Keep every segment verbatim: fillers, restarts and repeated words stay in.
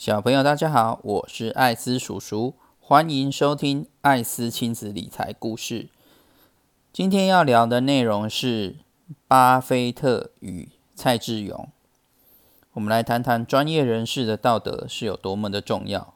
小朋友大家好，我是艾斯叔叔，欢迎收听艾斯亲子理财故事。今天要聊的内容是巴菲特与蔡志勇。我们来谈谈专业人士的道德是有多么的重要。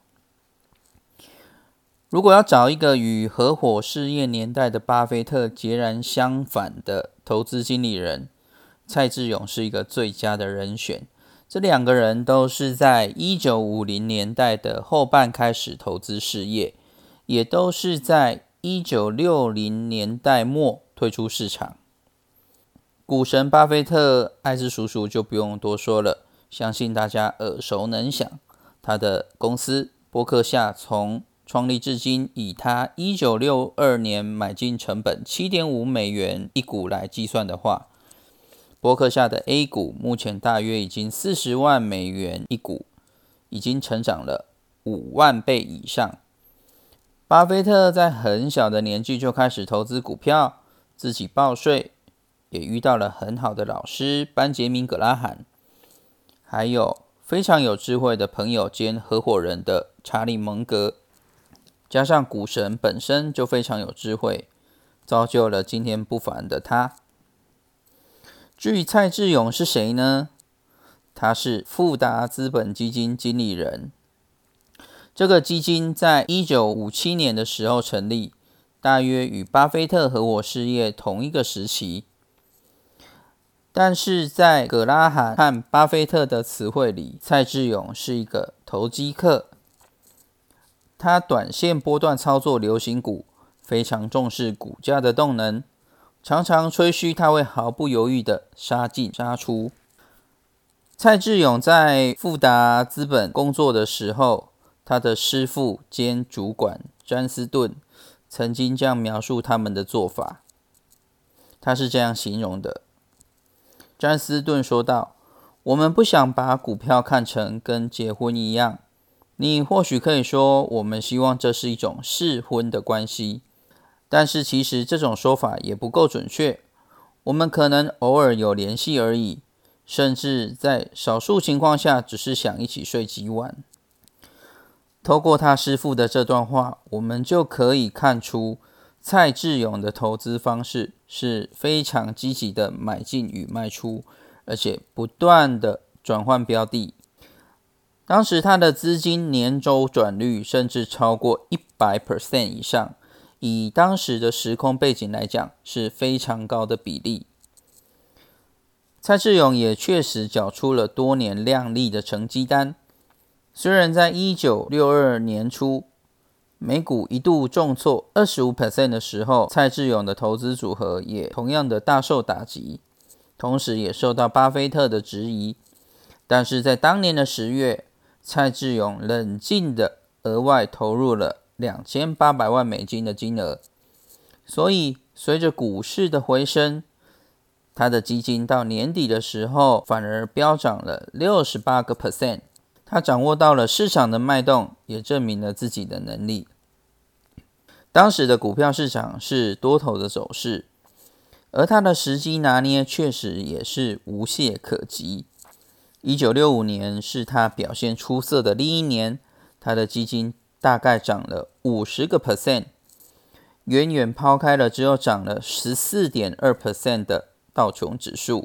如果要找一个与合伙事业年代的巴菲特截然相反的投资经理人，蔡志勇是一个最佳的人选。这两个人都是在一九五零年代的后半开始投资事业，也都是在一九六零年代末退出市场。股神巴菲特，艾斯叔叔就不用多说了，相信大家耳熟能详。他的公司波克夏从创立至今，以他一九六二年买进成本 七点五美元一股来计算的话，波克夏的 A 股目前大约已经四十万美元一股，已经成长了五万倍以上。巴菲特在很小的年纪就开始投资股票，自己报税，也遇到了很好的老师班杰明·葛拉罕，还有非常有智慧的朋友兼合伙人的查理·蒙格，加上股神本身就非常有智慧，造就了今天不凡的他。至于蔡志勇是谁呢？他是富达资本基金经理人。这个基金在一九五七年的时候成立，大约与巴菲特合伙事业同一个时期。但是在葛拉罕和巴菲特的词汇里，蔡志勇是一个投机客。他短线波段操作流行股，非常重视股价的动能，常常吹嘘他会毫不犹豫地杀进杀出。蔡志勇在富达资本工作的时候，他的师傅兼主管詹斯顿曾经这样描述他们的做法。他是这样形容的：詹斯顿说道，我们不想把股票看成跟结婚一样，你或许可以说我们希望这是一种试婚的关系，但是其实这种说法也不够准确，我们可能偶尔有联系而已，甚至在少数情况下只是想一起睡几晚。透过他师父的这段话，我们就可以看出蔡志勇的投资方式是非常积极的买进与卖出，而且不断的转换标的。当时他的资金年周转率甚至超过 百分之百 以上，以当时的时空背景来讲，是非常高的比例。蔡志勇也确实缴出了多年亮丽的成绩单。虽然在一九六二年初，美股一度重挫 百分之二十五 的时候，蔡志勇的投资组合也同样的大受打击，同时也受到巴菲特的质疑。但是在当年的十月，蔡志勇冷静的额外投入了两千八百万美金的金额，所以随着股市的回升，他的基金到年底的时候反而飙涨了 百分之六十八。他掌握到了市场的脉动，也证明了自己的能力。当时的股票市场是多头的走势，而他的时机拿捏确实也是无懈可击。一九六五年是他表现出色的另一年，他的基金大概涨了 百分之五十， 远远抛开了只有涨了 百分之十四点二 的道琼指数。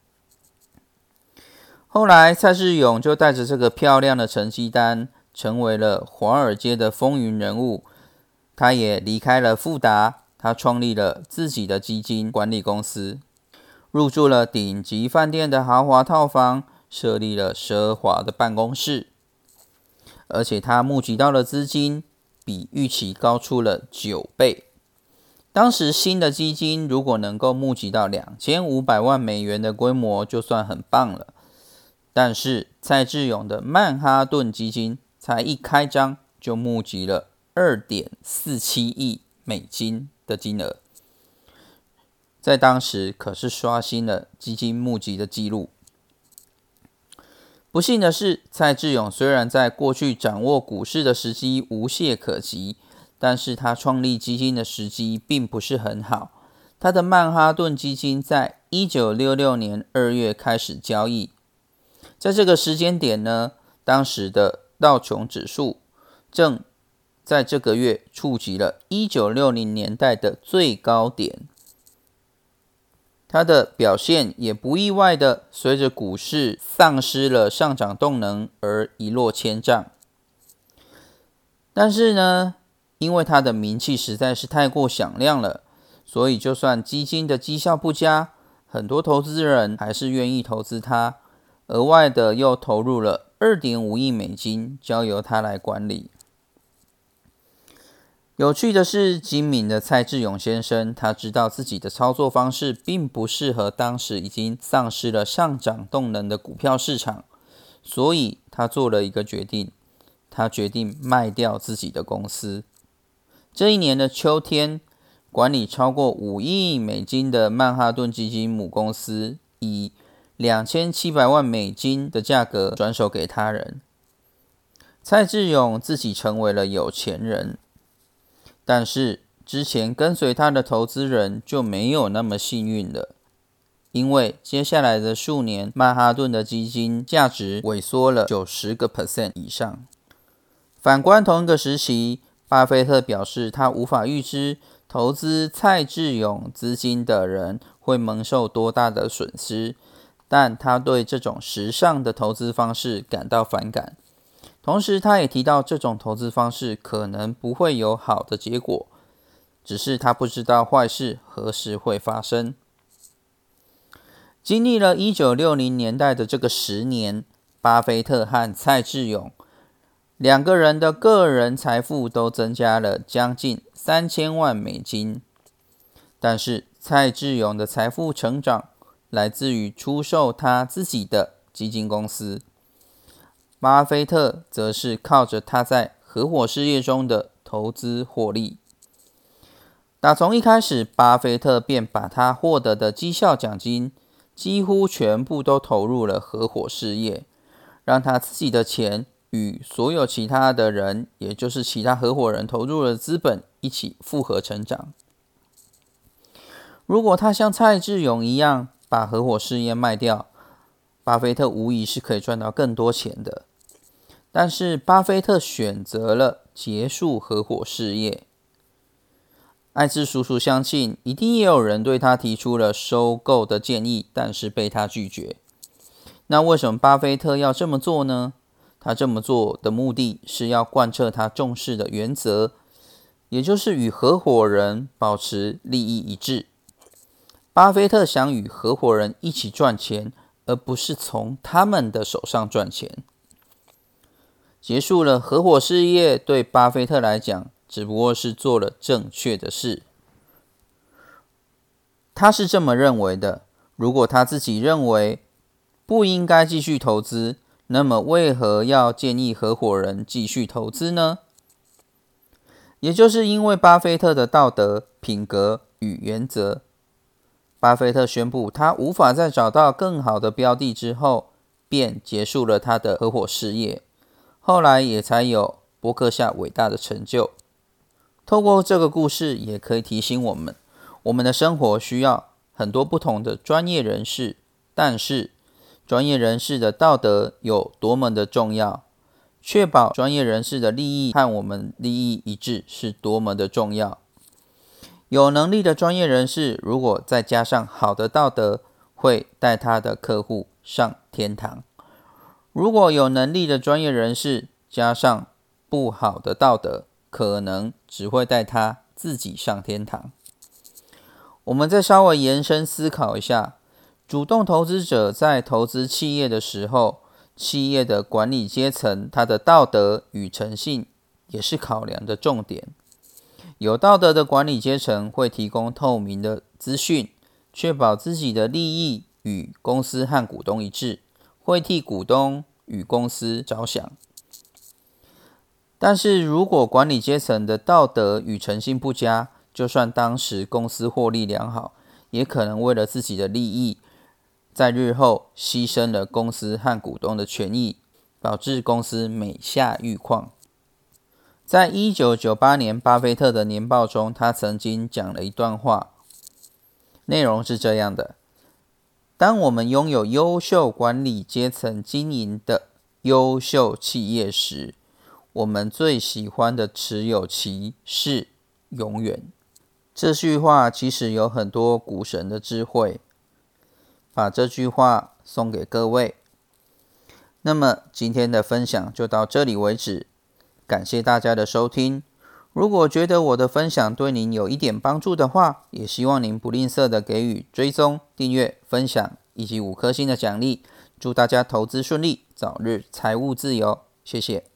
后来蔡志勇就带着这个漂亮的成绩单，成为了华尔街的风云人物。他也离开了富达，他创立了自己的基金管理公司，入住了顶级饭店的豪华套房，设立了奢华的办公室，而且他募集到的资金比预期高出了九倍。当时新的基金如果能够募集到两千五百万美元的规模，就算很棒了。但是蔡志勇的曼哈顿基金才一开张就募集了 二点四七亿美金的金额，在当时可是刷新了基金募集的记录。不幸的是，蔡志勇虽然在过去掌握股市的时机无懈可击，但是他创立基金的时机并不是很好。他的曼哈顿基金在一九六六年二月开始交易，在这个时间点呢，当时的道琼指数正在这个月触及了一九六零年代的最高点。它的表现也不意外的随着股市丧失了上涨动能而一落千丈。但是呢，因为它的名气实在是太过响亮了，所以就算基金的绩效不佳，很多投资人还是愿意投资它，额外的又投入了 二点五亿美金，交由它来管理。有趣的是，精明的蔡志勇先生，他知道自己的操作方式并不适合当时已经丧失了上涨动能的股票市场，所以他做了一个决定，他决定卖掉自己的公司。这一年的秋天，管理超过五亿美金的曼哈顿基金母公司以两千七百万美金的价格转手给他人。蔡志勇自己成为了有钱人，但是之前跟随他的投资人就没有那么幸运了，因为接下来的数年，曼哈顿的基金价值萎缩了 百分之九十 以上。反观同一个时期，巴菲特表示他无法预知投资蔡志勇资金的人会蒙受多大的损失，但他对这种时尚的投资方式感到反感。同时他也提到这种投资方式可能不会有好的结果，只是他不知道坏事何时会发生。经历了一九六零年代的这个十年，巴菲特和蔡志勇两个人的个人财富都增加了将近三千万美金，但是蔡志勇的财富成长来自于出售他自己的基金公司，巴菲特则是靠着他在合伙事业中的投资获利。打从一开始，巴菲特便把他获得的绩效奖金几乎全部都投入了合伙事业，让他自己的钱与所有其他的人，也就是其他合伙人投入的资本一起复合成长。如果他像蔡志勇一样把合伙事业卖掉，巴菲特无疑是可以赚到更多钱的。但是巴菲特选择了结束合伙事业。艾兹叔叔相信一定也有人对他提出了收购的建议，但是被他拒绝。那为什么巴菲特要这么做呢？他这么做的目的是要贯彻他重视的原则，也就是与合伙人保持利益一致。巴菲特想与合伙人一起赚钱，而不是从他们的手上赚钱。结束了合伙事业，对巴菲特来讲，只不过是做了正确的事。他是这么认为的，如果他自己认为不应该继续投资，那么为何要建议合伙人继续投资呢？也就是因为巴菲特的道德、品格与原则。巴菲特宣布他无法再找到更好的标的之后，便结束了他的合伙事业。后来也才有伯克夏伟大的成就。透过这个故事，也可以提醒我们，我们的生活需要很多不同的专业人士，但是专业人士的道德有多么的重要，确保专业人士的利益和我们利益一致是多么的重要。有能力的专业人士，如果再加上好的道德，会带他的客户上天堂。如果有能力的专业人士加上不好的道德，可能只会带他自己上天堂。我们再稍微延伸思考一下，主动投资者在投资企业的时候，企业的管理阶层他的道德与诚信也是考量的重点。有道德的管理阶层会提供透明的资讯，确保自己的利益与公司和股东一致，会替股东与公司着想。但是如果管理阶层的道德与诚信不佳，就算当时公司获利良好，也可能为了自己的利益，在日后牺牲了公司和股东的权益，导致公司每下愈况。在一九九八年巴菲特的年报中，他曾经讲了一段话，内容是这样的：当我们拥有优秀管理阶层经营的优秀企业时，我们最喜欢的持有期是永远。这句话其实有很多股神的智慧，把这句话送给各位。那么今天的分享就到这里为止，感谢大家的收听。如果觉得我的分享对您有一点帮助的话，也希望您不吝啬的给予追踪、订阅、分享以及五颗星的奖励。祝大家投资顺利，早日财务自由，谢谢。